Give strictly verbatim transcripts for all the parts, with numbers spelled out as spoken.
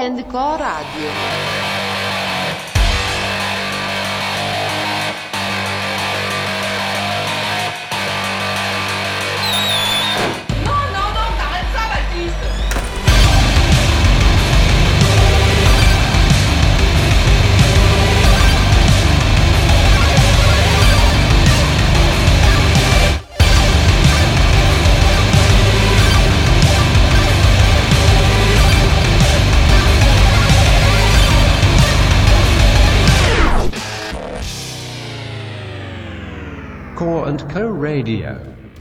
and Co Radio. Co and Co Radio.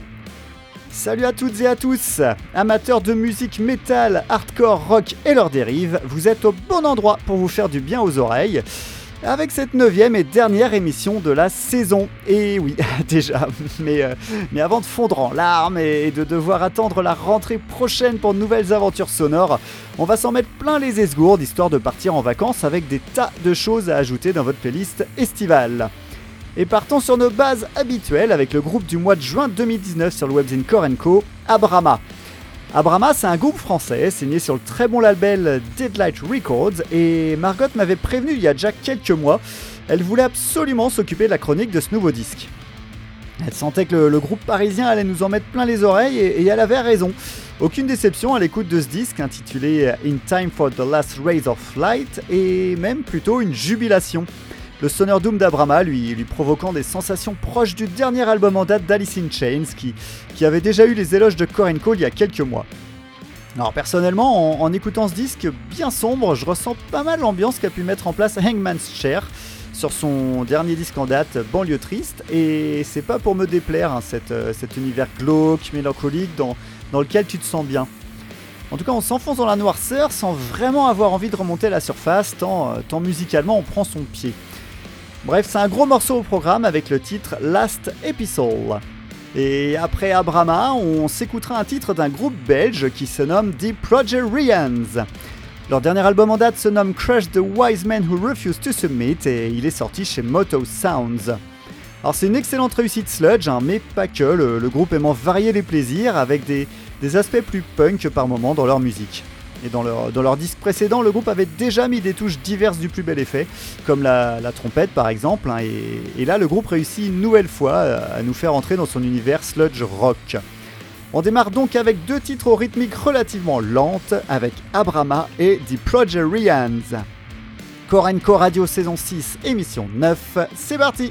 Salut à toutes et à tous, amateurs de musique métal, hardcore, rock et leurs dérives, vous êtes au bon endroit pour vous faire du bien aux oreilles avec cette neuvième et dernière émission de la saison. Et oui, déjà, mais, euh, mais avant de fondre en larmes et de devoir attendre la rentrée prochaine pour de nouvelles aventures sonores, on va s'en mettre plein les esgourdes histoire de partir en vacances avec des tas de choses à ajouter dans votre playlist estivale. Et partons sur nos bases habituelles avec le groupe du mois de juin deux mille dix-neuf sur le webzine Core and Co, Abrama. Abrama, c'est un groupe français signé sur le très bon label Deadlight Records et Margot m'avait prévenu il y a déjà quelques mois, elle voulait absolument s'occuper de la chronique de ce nouveau disque. Elle sentait que le, le groupe parisien allait nous en mettre plein les oreilles et, et elle avait raison. Aucune déception à l'écoute de ce disque intitulé In Time for the Last Rays of Light et même plutôt une jubilation. Le stoner doom d'Abrama lui, lui provoquant des sensations proches du dernier album en date d'Alice in Chains qui, qui avait déjà eu les éloges de Core and Co il y a quelques mois. Alors personnellement, en, en écoutant ce disque bien sombre, je ressens pas mal l'ambiance qu'a pu mettre en place Hangman's Chair sur son dernier disque en date, Banlieue Triste, et c'est pas pour me déplaire hein, cet, euh, cet univers glauque, mélancolique dans, dans lequel tu te sens bien. En tout cas, on s'enfonce dans la noirceur sans vraiment avoir envie de remonter à la surface, tant, euh, tant musicalement on prend son pied. Bref, c'est un gros morceau au programme avec le titre Last Episode. Et après Abrama, on s'écoutera un titre d'un groupe belge qui se nomme The Progerians. Leur dernier album en date se nomme Crush the Wise Men Who Refuse to Submit et il est sorti chez Moto Sounds. Alors c'est une excellente réussite sludge, hein, mais pas que, le, le groupe aimant varier les plaisirs avec des, des aspects plus punk par moment dans leur musique. Et dans leur, dans leur disque précédent, le groupe avait déjà mis des touches diverses du plus bel effet, comme la, la trompette par exemple, hein, et, et là le groupe réussit une nouvelle fois à nous faire entrer dans son univers sludge rock. On démarre donc avec deux titres aux rythmiques relativement lentes, avec Abrama et The Progerians. Core and Co Radio saison six, émission neuf, c'est parti!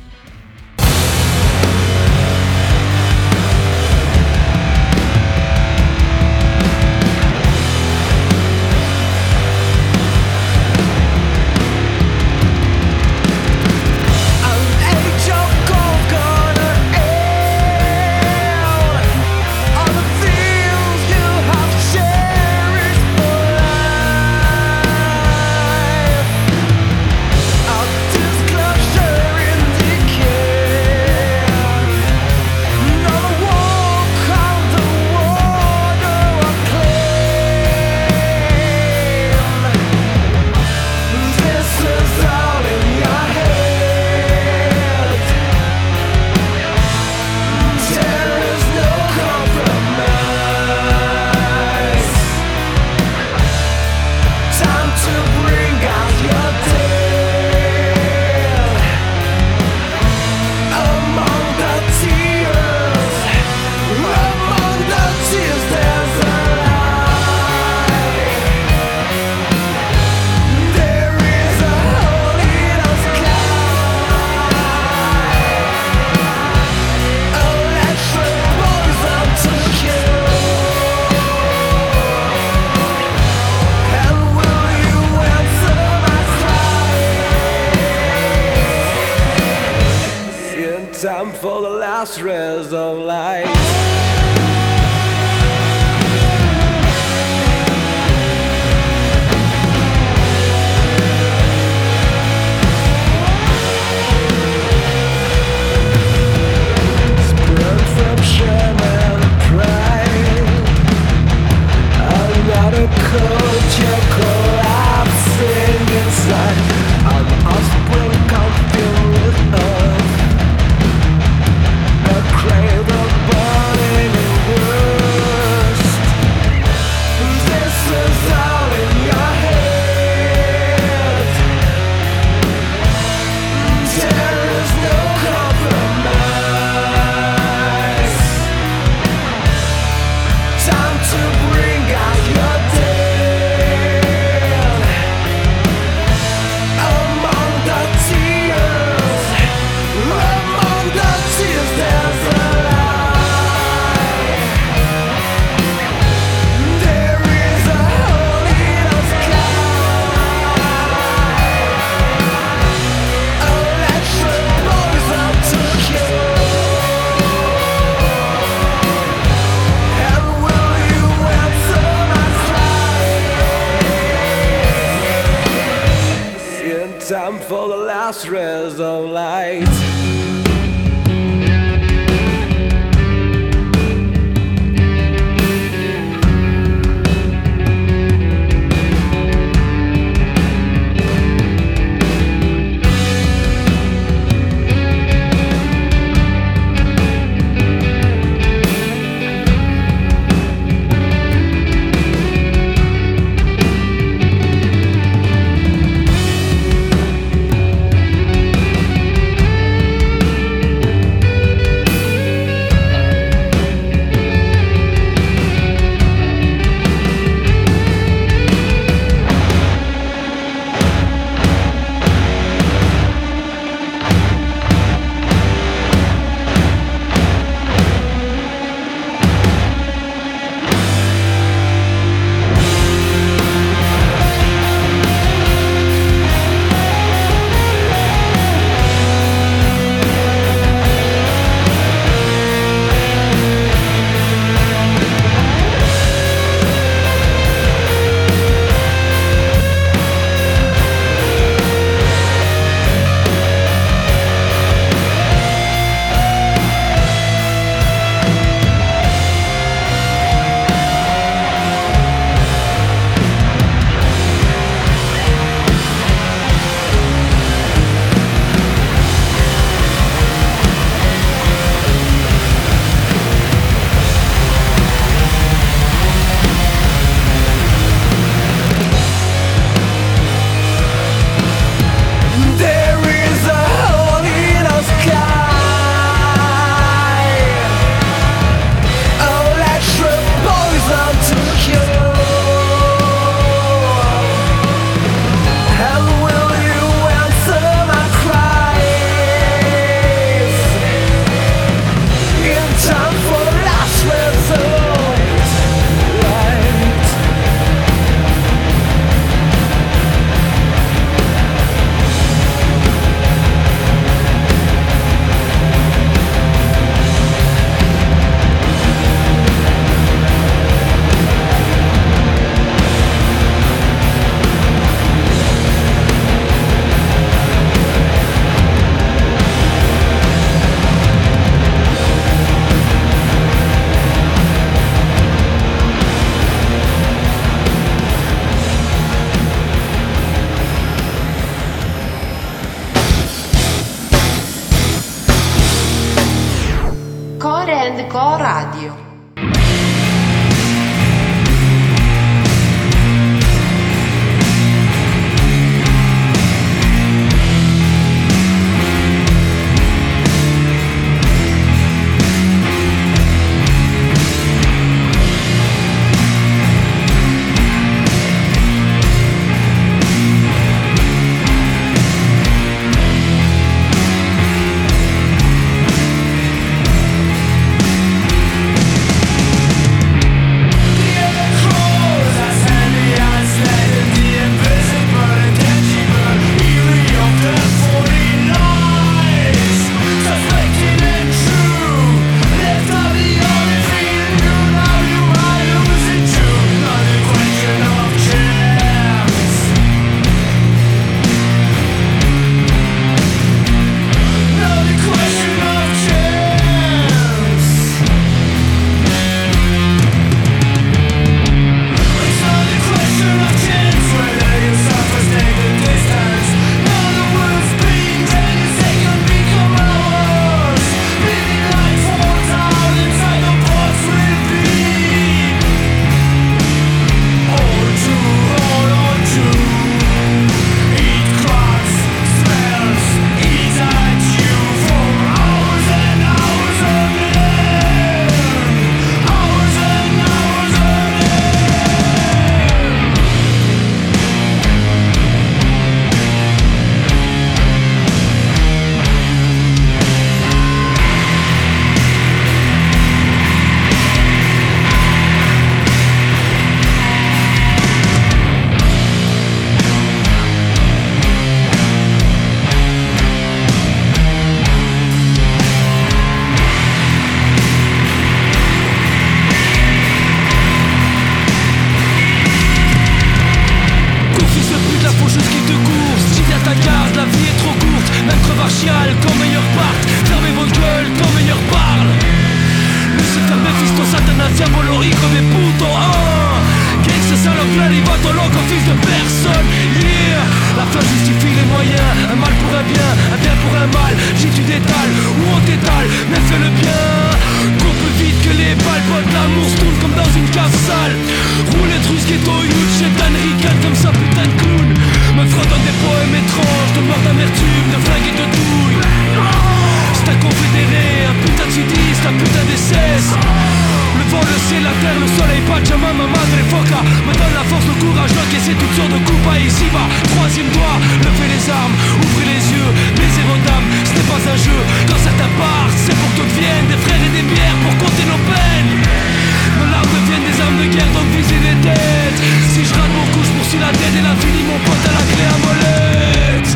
Time for the last rays of light. Sprung from shame and pride, another culture collapsing inside. An offspring confused with earth. Crave the burning last rays of light. Co Radio. diavolo, hijo de puto, ah Gangsta salope, planivoto, loco, fils de personne, yeah. La fin justifie les moyens, un mal pour un bien, un bien pour un mal. Si tu détales ou on t'étale, mais fais le bien. Cours plus vite que les balles, pote, l'amour se tourne comme dans une cave sale. Roule et trus, ghetto, youth, j'ai Dan Rican comme ça, putain de clown. Me frottant des poèmes étranges, de mort d'amertume, de flingue et de douille. C'est un confédéré, un putain de sudiste, un putain d'essence. Le vent, le ciel, la terre, le soleil, Pachamama, ma madre foca me donne la force, le courage d'encaisser toutes sortes de coups, pas ici bas. Troisième doigt, levez les armes, ouvrez les yeux, baisez vos dames, ce n'est pas un jeu. Quand certains partent, c'est pour que viennent des frères et des bières pour compter nos peines. Nos larmes deviennent des armes de guerre, donc visez les têtes. Si je rate mon coup, je poursuis la tête et l'infini, mon pote à la clé à molette.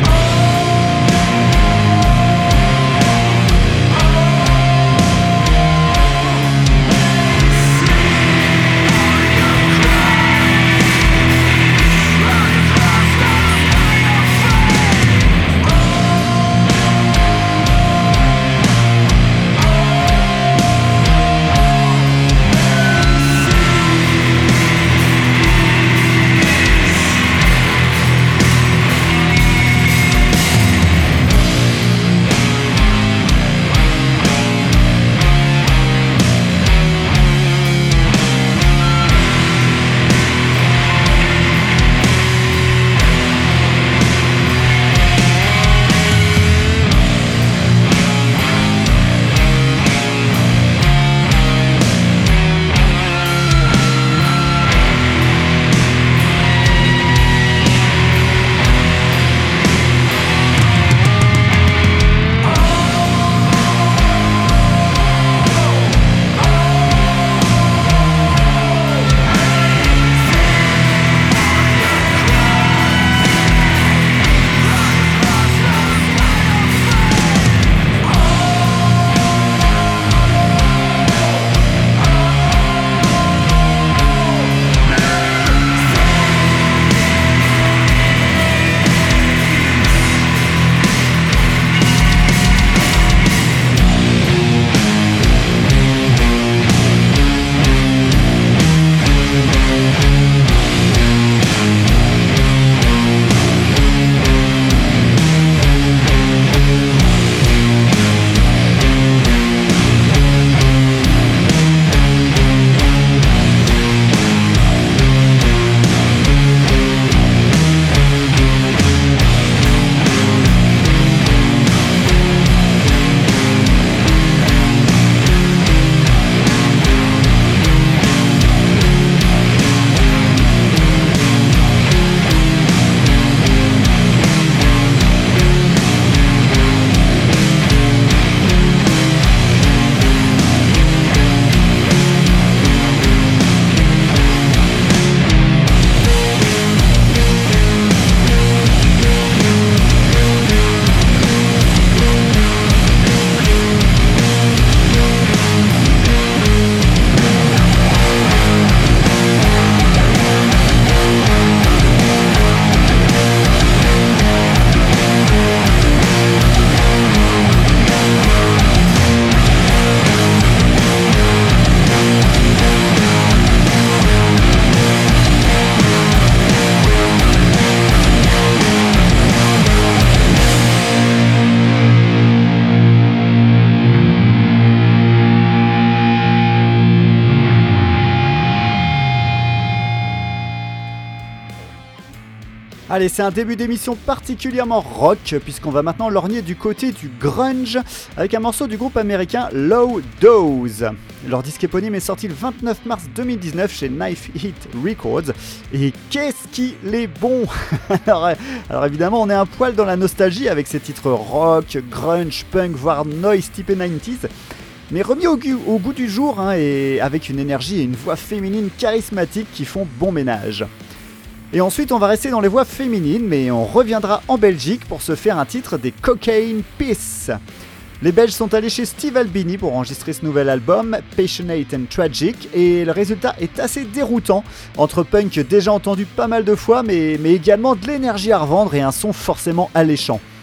Allez, c'est un début d'émission particulièrement rock, puisqu'on va maintenant lorgner du côté du grunge, avec un morceau du groupe américain Low Dose. Leur disque éponyme est sorti le vingt-neuf mars deux mille dix-neuf chez Knife Hit Records, et qu'est-ce qu'il est bon. alors, alors évidemment, on est un poil dans la nostalgie avec ces titres rock, grunge, punk, voire noise typé quatre-vingt-dix, mais remis au, gu- au goût du jour, hein, et avec une énergie et une voix féminine charismatique qui font bon ménage. Et ensuite, on va rester dans les voix féminines, mais on reviendra en Belgique pour se faire un titre des Cocaine Peace. Les Belges sont allés chez Steve Albini pour enregistrer ce nouvel album, Passionate and Tragic, et le résultat est assez déroutant, entre punk déjà entendu pas mal de fois, mais, mais également de l'énergie à revendre et un son forcément alléchant.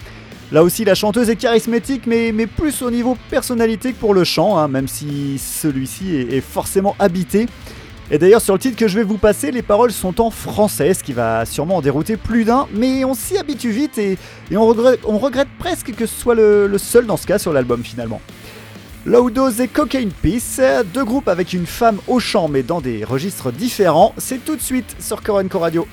Là aussi, la chanteuse est charismatique, mais, mais plus au niveau personnalité que pour le chant, hein, même si celui-ci est, est forcément habité. Et d'ailleurs, sur le titre que je vais vous passer, les paroles sont en français, ce qui va sûrement en dérouter plus d'un, mais on s'y habitue vite et, et on, regrette, on regrette presque que ce soit le, le seul dans ce cas sur l'album finalement. Low Dose et Cocaine Peace, deux groupes avec une femme au chant mais dans des registres différents, c'est tout de suite sur Core and Co Radio.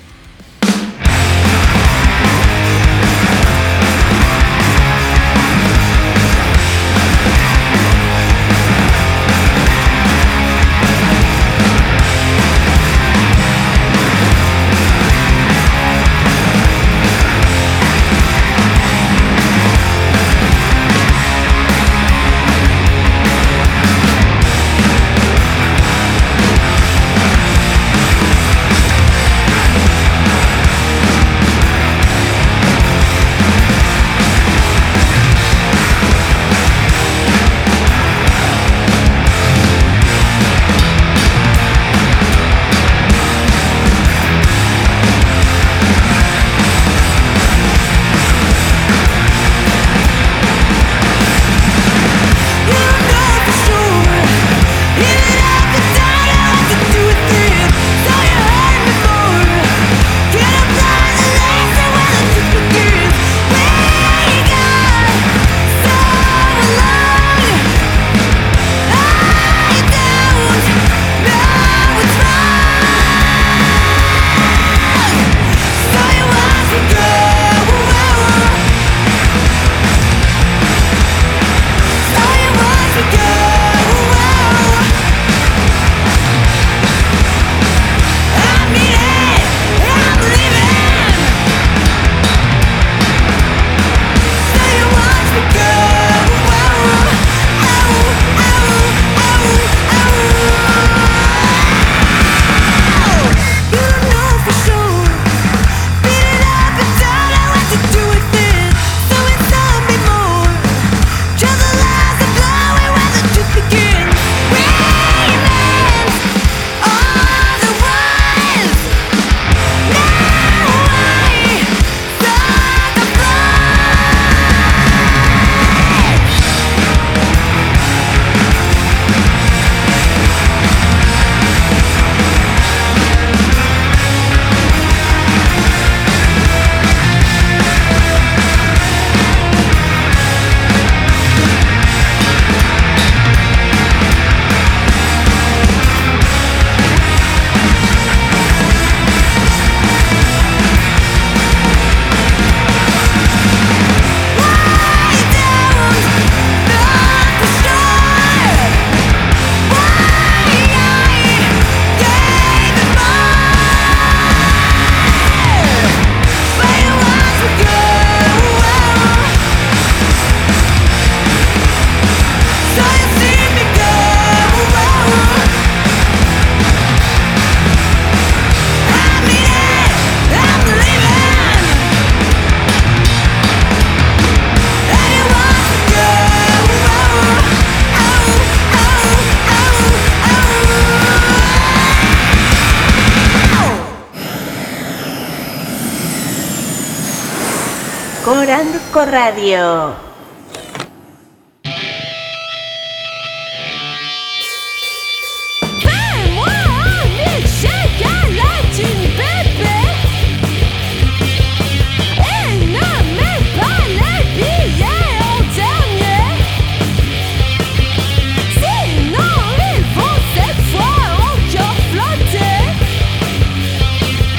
Core and Co Radio.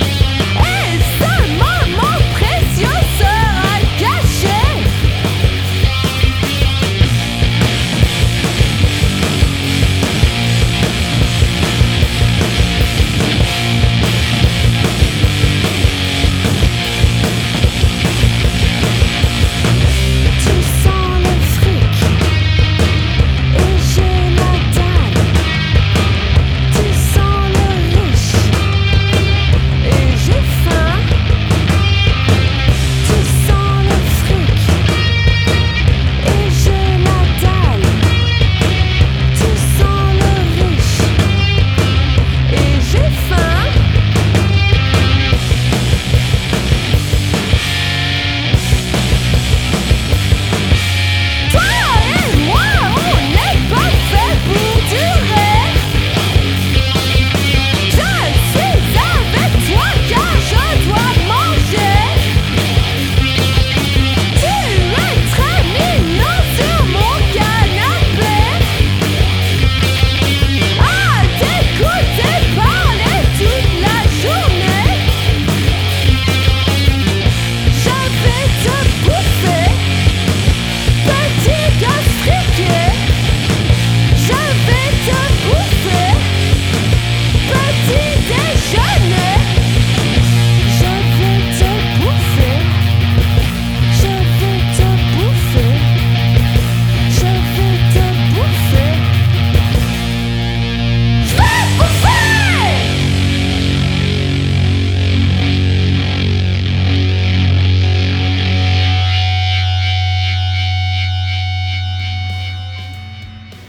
Et ce moment précieux sera caché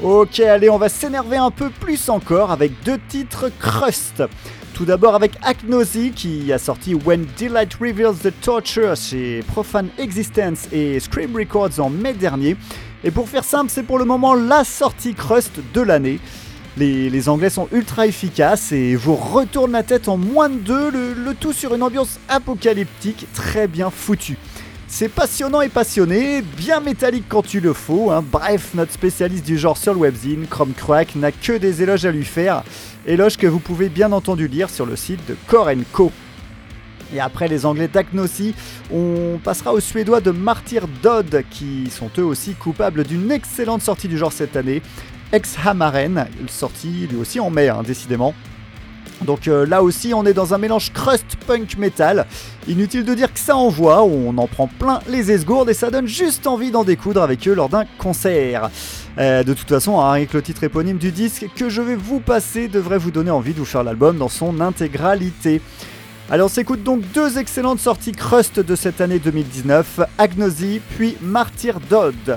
Ok, allez, on va s'énerver un peu plus encore avec deux titres crust. Tout d'abord avec Agnosy qui a sorti When Daylight Reveals the Torture chez Profane Existence et Scream Records en mai dernier. Et pour faire simple, c'est pour le moment la sortie crust de l'année. Les, les Anglais sont ultra efficaces et vous retournent la tête en moins de deux, le, le tout sur une ambiance apocalyptique très bien foutue. C'est passionnant et passionné, bien métallique quand il le faut, hein. Bref, notre spécialiste du genre sur le webzine, Chrome Crack, n'a que des éloges à lui faire, éloges que vous pouvez bien entendu lire sur le site de Core and Co. Et après les Anglais d'Agnosy, on passera aux Suédois de Martyr Dodd, qui sont eux aussi coupables d'une excellente sortie du genre cette année, Ex-Hammaren, sorti lui aussi en mai, hein, décidément. Donc euh, là aussi, on est dans un mélange crust punk metal. Inutile de dire que ça envoie, on en prend plein les esgourdes et ça donne juste envie d'en découdre avec eux lors d'un concert. Euh, de toute façon, hein, avec le titre éponyme du disque que je vais vous passer devrait vous donner envie de vous faire l'album dans son intégralité. Alors on s'écoute donc deux excellentes sorties crust de cette année deux mille dix-neuf, Agnosy puis Martyr Dodd.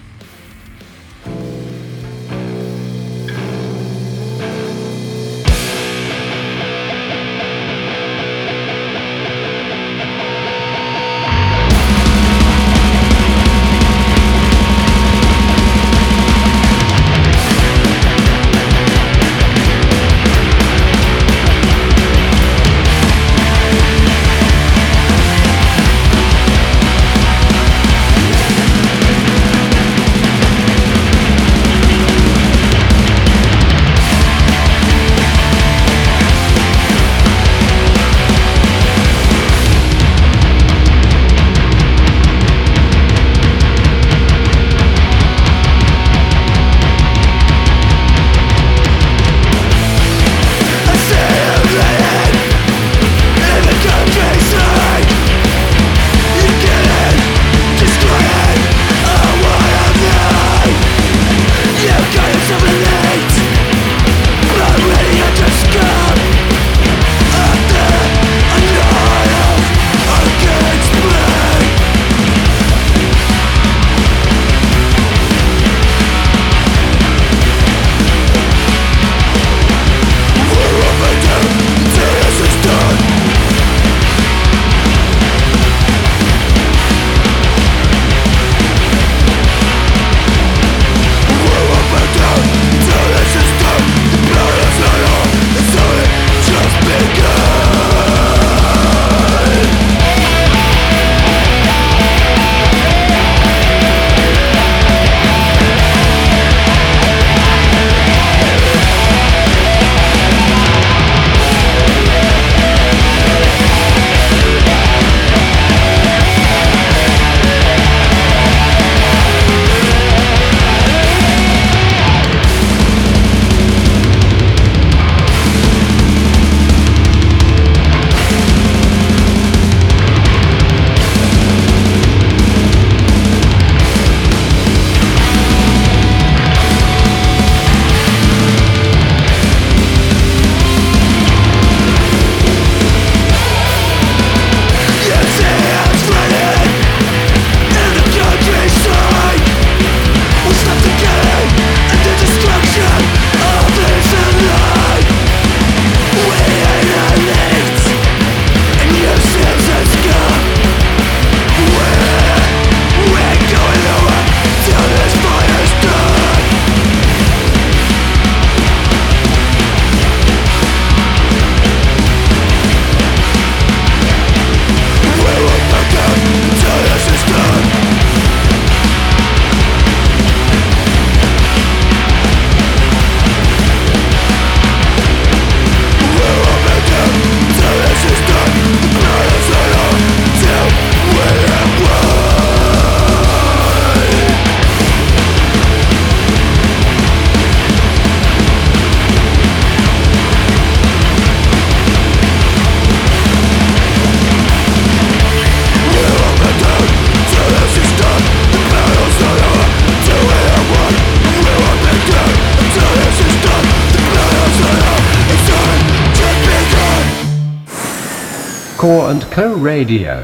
Core and Co Radio.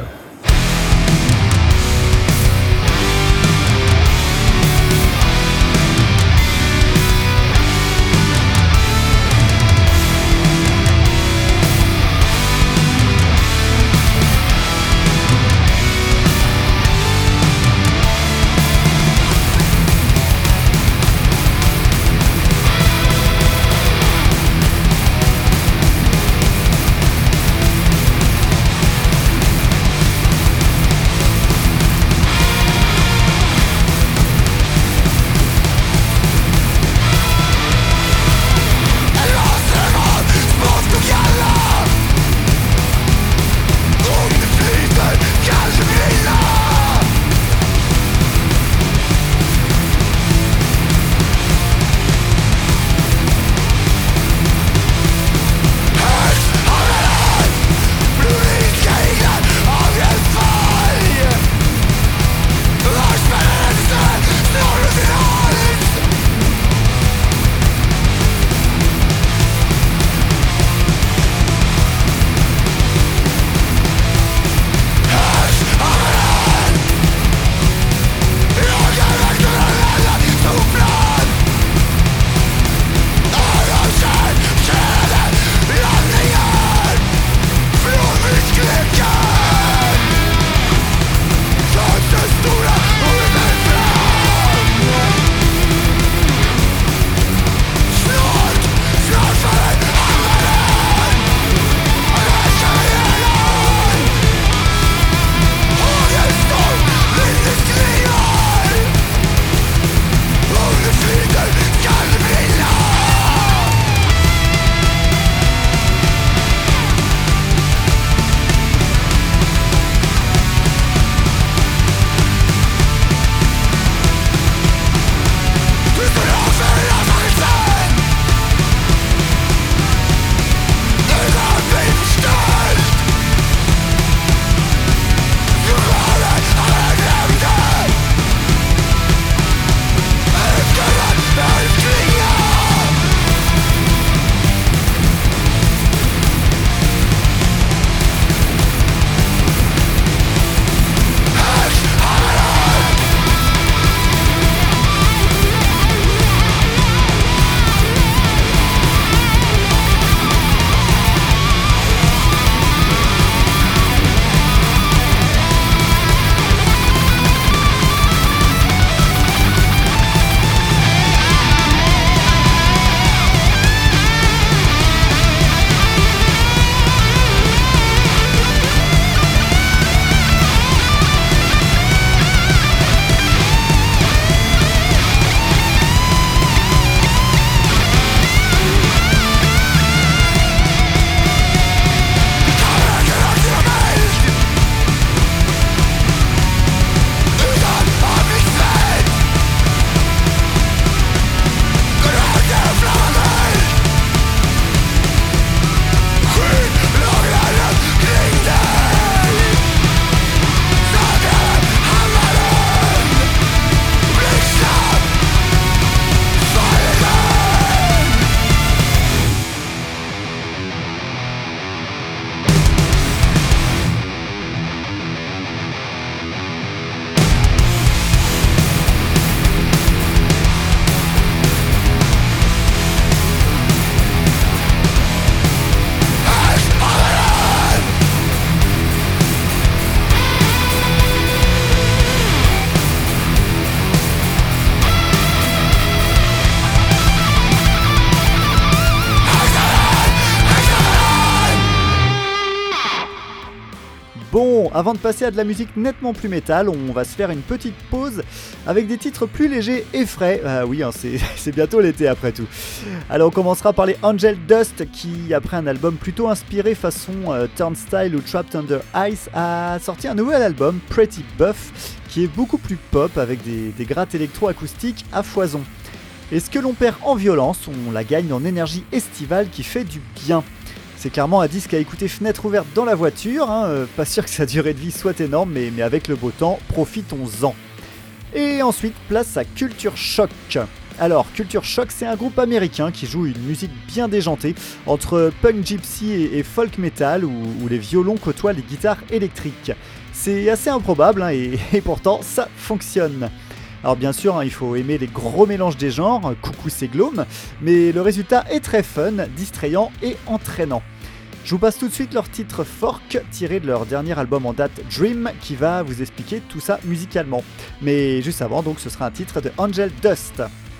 avant de passer à de la musique nettement plus métal, on va se faire une petite pause avec des titres plus légers et frais. Ah oui, hein, c'est, c'est bientôt l'été après tout. Alors on commencera par les Angel Dust qui, après un album plutôt inspiré façon euh, Turnstile ou Trapped Under Ice, a sorti un nouvel album, Pretty Buff, qui est beaucoup plus pop avec des, des grattes électro-acoustiques à foison. Et ce que l'on perd en violence, on la gagne en énergie estivale qui fait du bien. C'est clairement un disque à écouter fenêtre ouverte dans la voiture, hein, euh, pas sûr que sa durée de vie soit énorme, mais, mais avec le beau temps, profitons-en. Et ensuite, place à Culture Shock. Alors, Culture Shock, c'est un groupe américain qui joue une musique bien déjantée, entre punk gypsy et, et folk metal, où, où les violons côtoient les guitares électriques. C'est assez improbable, hein, et, et pourtant, ça fonctionne. Alors bien sûr, hein, il faut aimer les gros mélanges des genres, coucou c'est Glaume, mais le résultat est très fun, distrayant et entraînant. Je vous passe tout de suite leur titre Fork, tiré de leur dernier album en date Dream, qui va vous expliquer tout ça musicalement. Mais juste avant, donc, ce sera un titre de Angel Dust.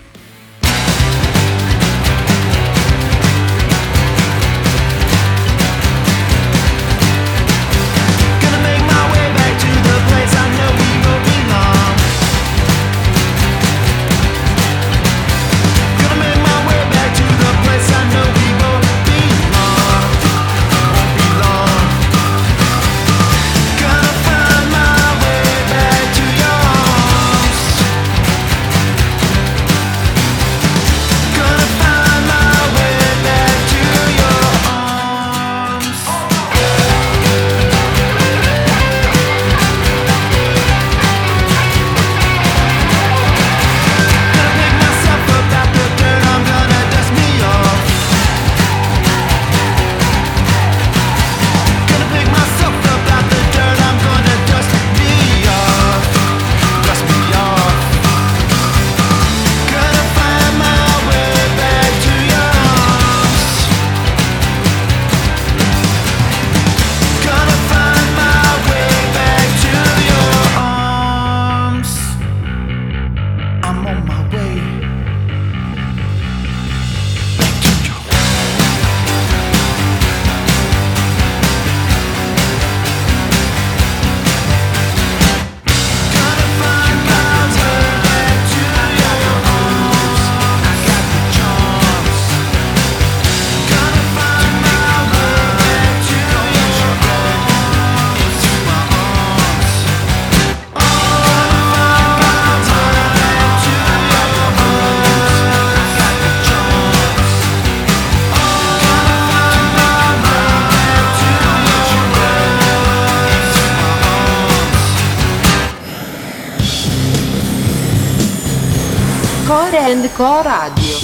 Core Radio.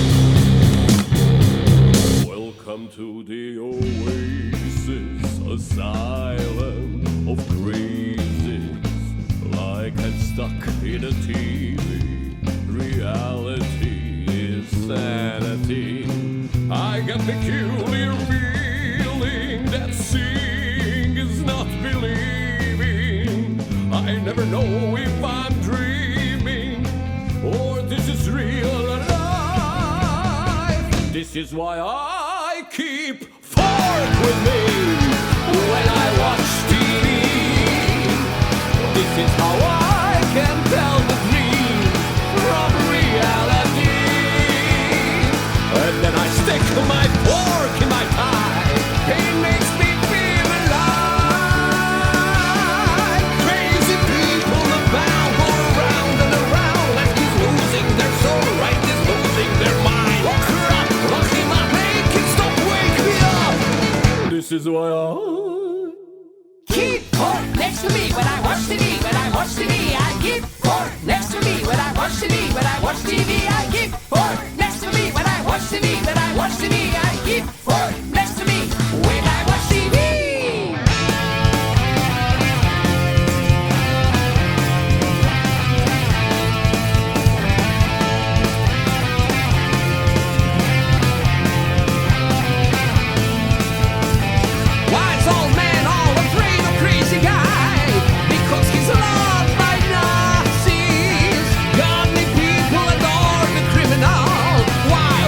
Welcome to the oasis, asylum of crazies. Like I'm stuck in a T V. Reality is sanity. I got peculiar feeling that seeing is not believing. I never know if I'm dreaming or this is real alive. This is why I keep fork with me when I watch T V. This is how I can tell the dream from reality. And then I stick my fork in my tie. It makes me feel alive. Crazy people abound, go around and around. Left is losing their soul, right is losing their mind. Oh crap, lock him up, make it stop, wake me up. This is why I keep fork next to me when I watch T V. When I watch T V, I keep fork next to me. When I watch T V, when I watch T V, I keep fork next to me. When I watch T V, when I watch T V, I keep fork next to me. When I watch T V. Wise old man, all afraid of crazy guy, because he's loved by Nazis. Godly people adore the criminal, while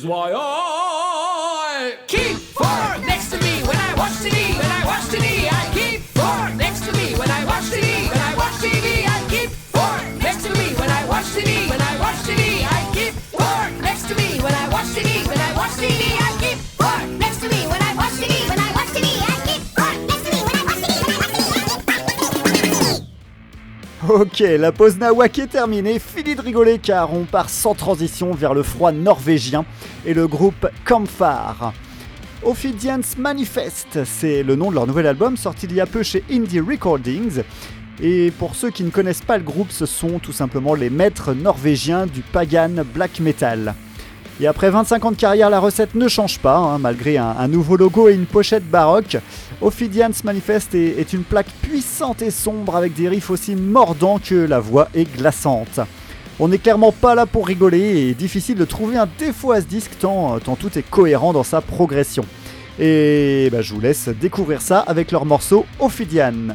why I Keep fork next to me when I watch T V. When I watch T V, I keep fork next to me. When I watch T V, when I watch T V, I keep fork next to me. When I watch T V, when I watch T V, I keep fork next to me. When I watch T V, when I watch T V, I keep fork next to me. When I watch T V, when I watch T V, I keep fork next to me. When I watch T V, when I watch T V. Ok, la pause nawak est terminée, fini de rigoler car on part sans transition vers le froid norvégien et le groupe Kampfar. Ophidians Manifest, c'est le nom de leur nouvel album sorti il y a peu chez Indie Recordings. Et pour ceux qui ne connaissent pas le groupe, ce sont tout simplement les maîtres norvégiens du pagan black metal. Et après vingt-cinq ans de carrière, la recette ne change pas, hein, malgré un, un nouveau logo et une pochette baroque. Ophidians Manifest est, est une plaque puissante et sombre avec des riffs aussi mordants que la voix est glaçante. On n'est clairement pas là pour rigoler et difficile de trouver un défaut à ce disque tant, tant tout est cohérent dans sa progression. Et bah, je vous laisse découvrir ça avec leur morceau Ophidian.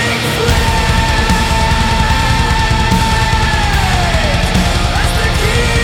As the king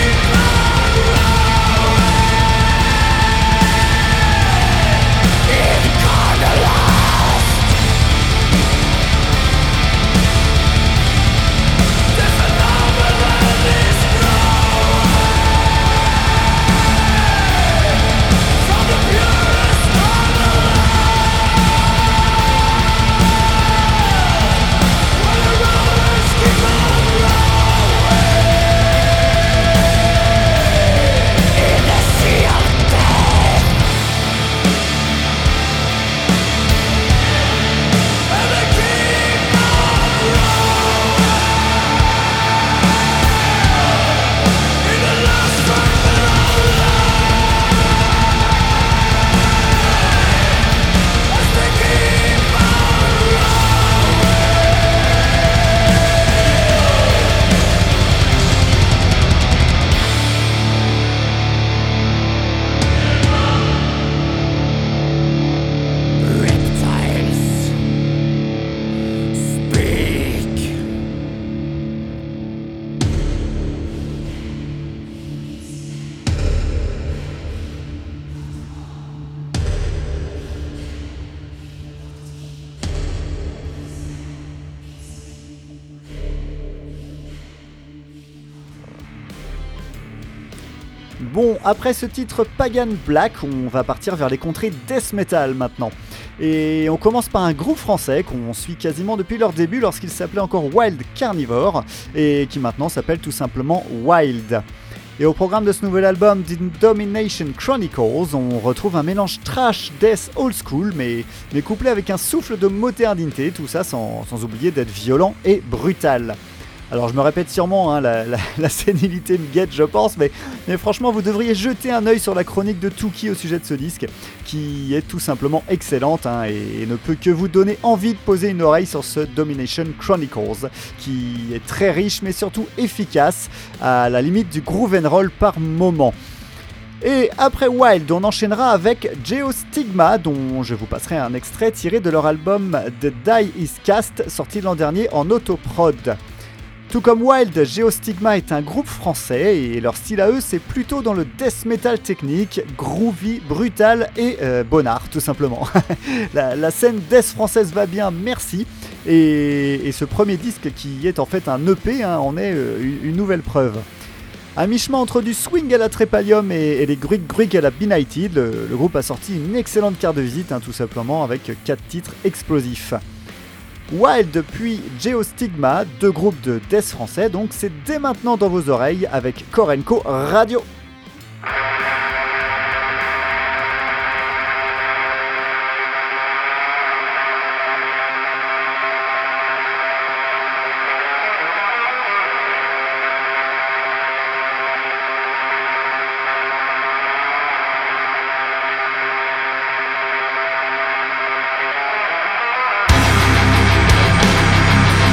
Bon, après ce titre Pagan Black, on va partir vers les contrées death metal maintenant. Et on commence par un groupe français qu'on suit quasiment depuis leur début lorsqu'il s'appelait encore Wild Carnivore et qui maintenant s'appelle tout simplement Wild. Et au programme de ce nouvel album, The Domination Chronicles, on retrouve un mélange trash, death, old school, mais, mais couplé avec un souffle de modernité, tout ça sans, sans oublier d'être violent et brutal. Alors je me répète sûrement, hein, la, la, la sénilité me guette je pense, mais, mais franchement vous devriez jeter un œil sur la chronique de Touki au sujet de ce disque, qui est tout simplement excellente hein, et, et ne peut que vous donner envie de poser une oreille sur ce Domination Chronicles, qui est très riche mais surtout efficace, à la limite du groove and roll par moment. Et après Wild, on enchaînera avec Geostigma, dont je vous passerai un extrait tiré de leur album The Die Is Cast, sorti l'an dernier en autoprod. Tout comme Wild, Geostigma est un groupe français et leur style à eux c'est plutôt dans le death metal technique, groovy, brutal et euh, bonnard tout simplement. la, la scène death française va bien, merci. Et, et ce premier disque qui est en fait un E P hein, en est euh, une nouvelle preuve. À mi-chemin entre du swing à la Trépalium et, et les Gruig Gruig à la Benighted, le, le groupe a sorti une excellente carte de visite hein, tout simplement avec quatre titres explosifs. Wild puis Geostigma, deux groupes de death français, donc c'est dès maintenant dans vos oreilles avec Korenko Radio.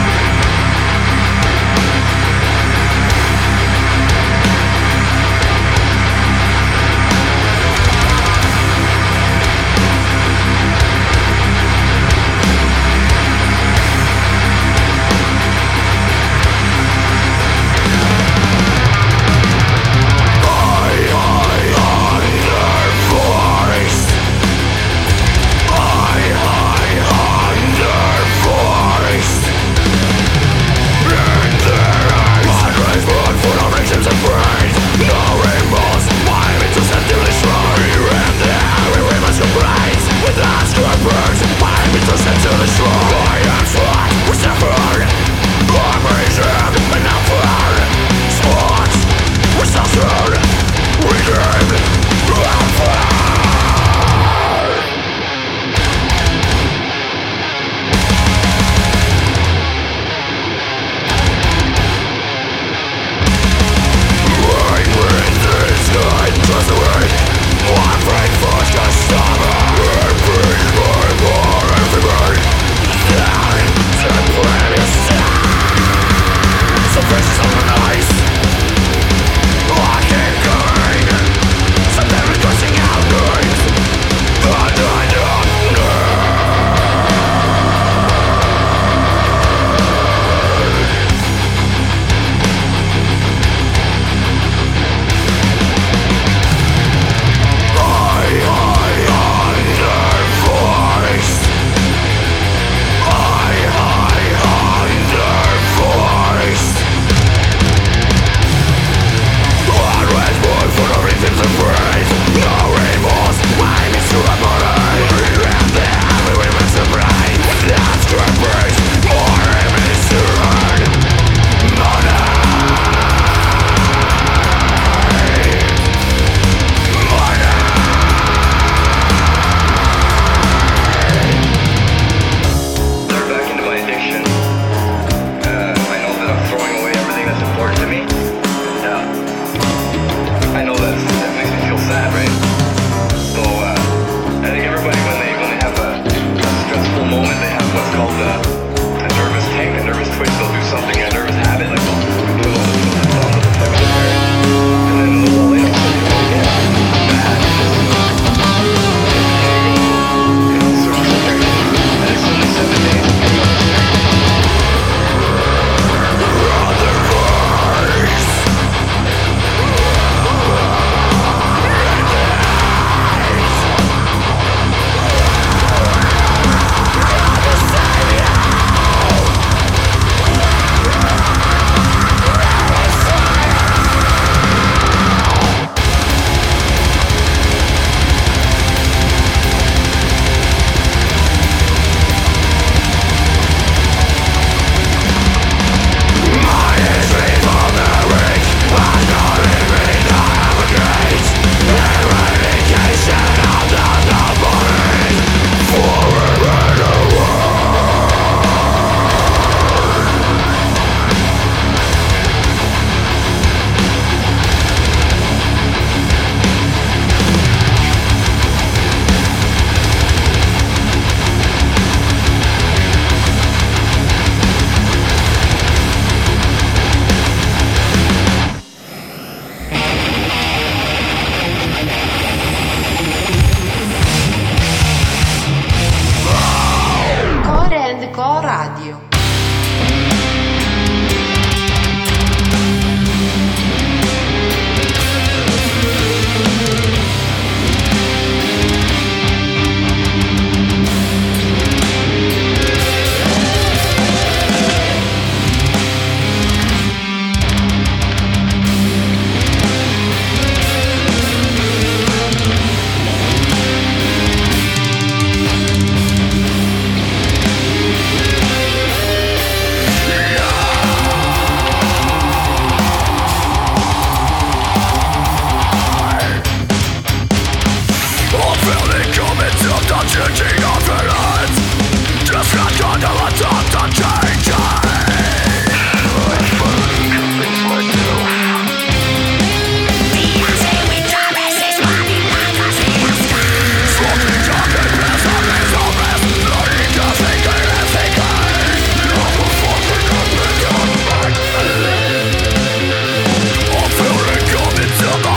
We'll be right back.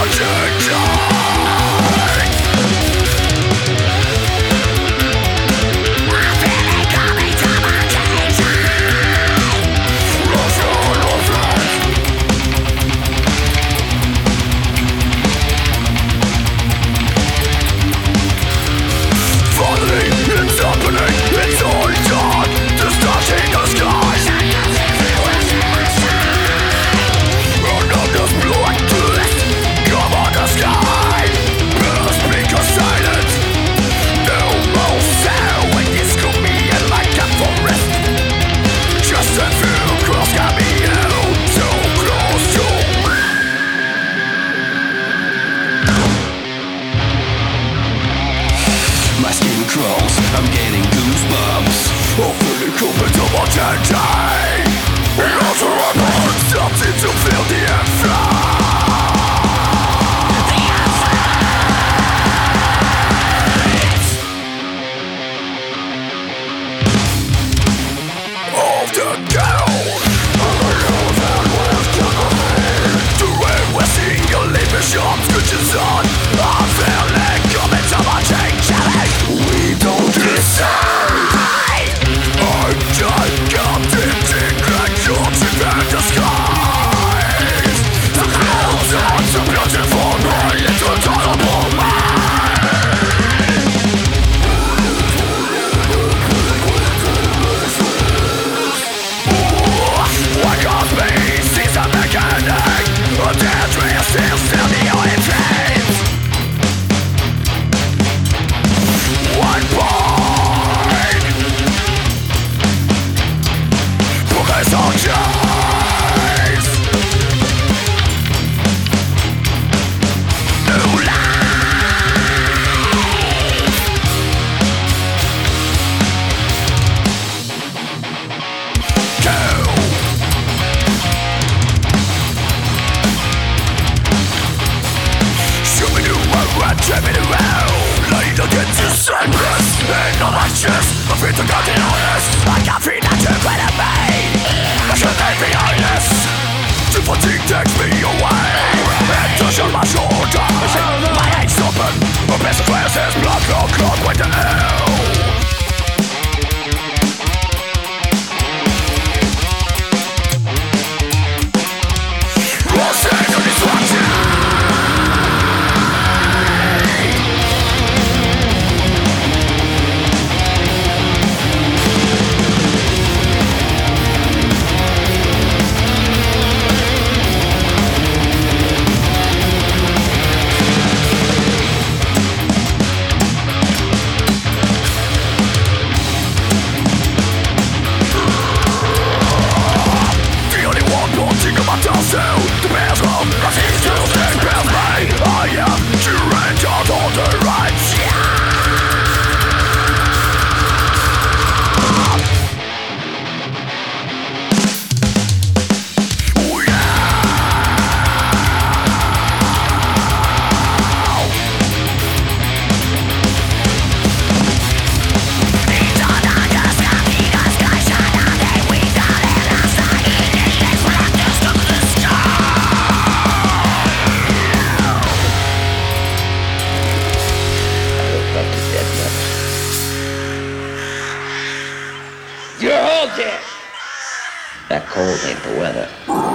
That cold ain't the weather.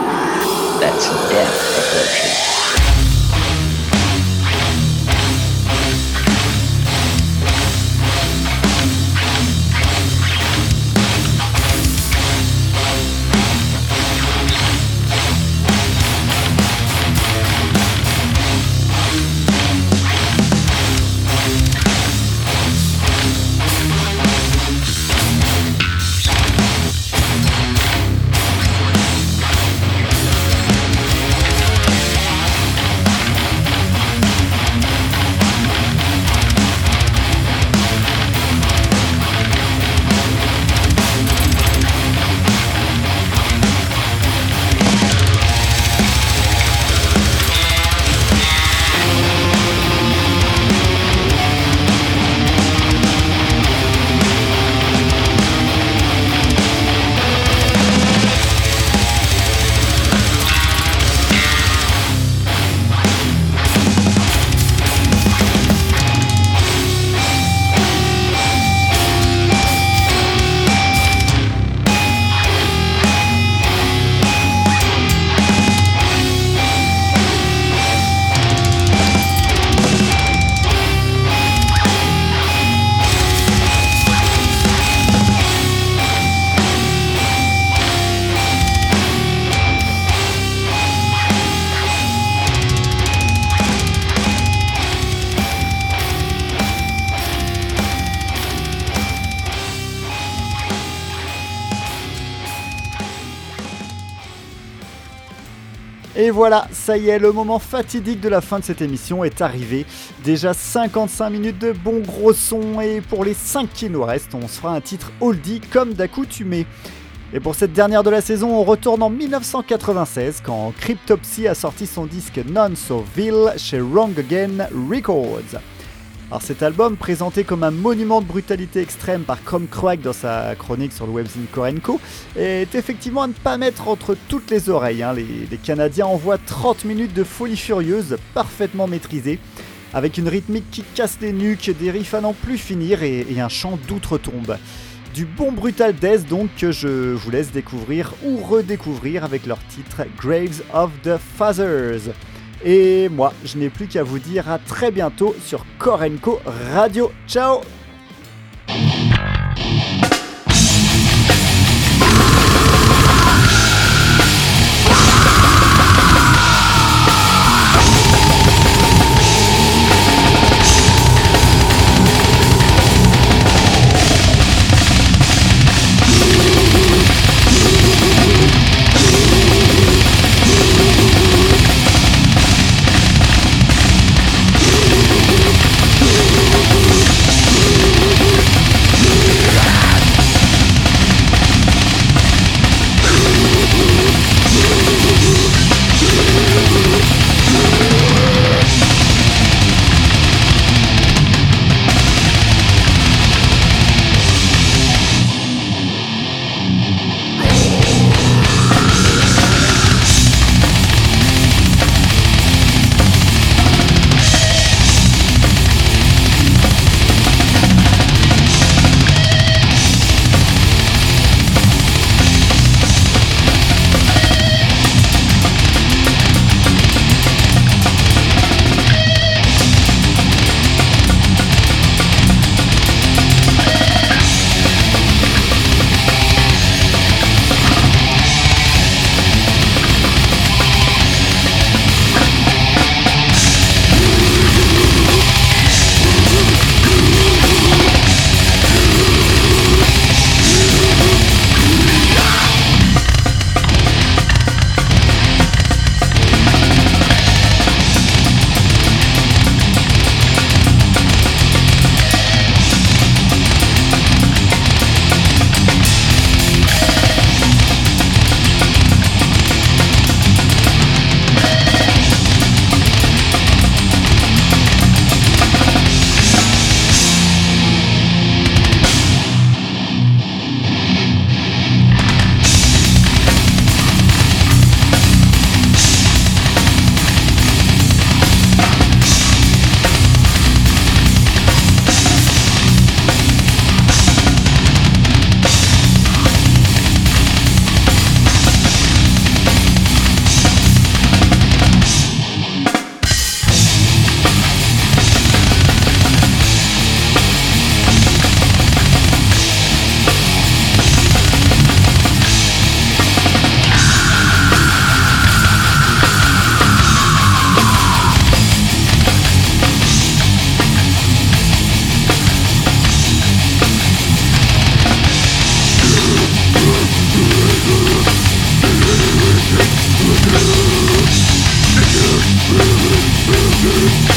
That's death approaching. Et voilà, ça y est, le moment fatidique de la fin de cette émission est arrivé. Déjà cinquante-cinq minutes de bon gros son et pour les cinq qui nous restent, on se fera un titre oldie comme d'accoutumé. Et pour cette dernière de la saison, on retourne en dix-neuf cent quatre-vingt-seize quand Cryptopsy a sorti son disque None So Vil chez Wrong Again Records. Alors cet album, présenté comme un monument de brutalité extrême par Crom Crag dans sa chronique sur le webzine Korenko, est effectivement à ne pas mettre entre toutes les oreilles. Hein. Les, les Canadiens envoient trente minutes de folie furieuse, parfaitement maîtrisée, avec une rythmique qui casse les nuques, des riffs à n'en plus finir et, et un chant d'outre-tombe. Du bon brutal death donc que je vous laisse découvrir ou redécouvrir avec leur titre Graves of the Fathers. Et moi, je n'ai plus qu'à vous dire à très bientôt sur Korenko Radio. Ciao! We'll be right back.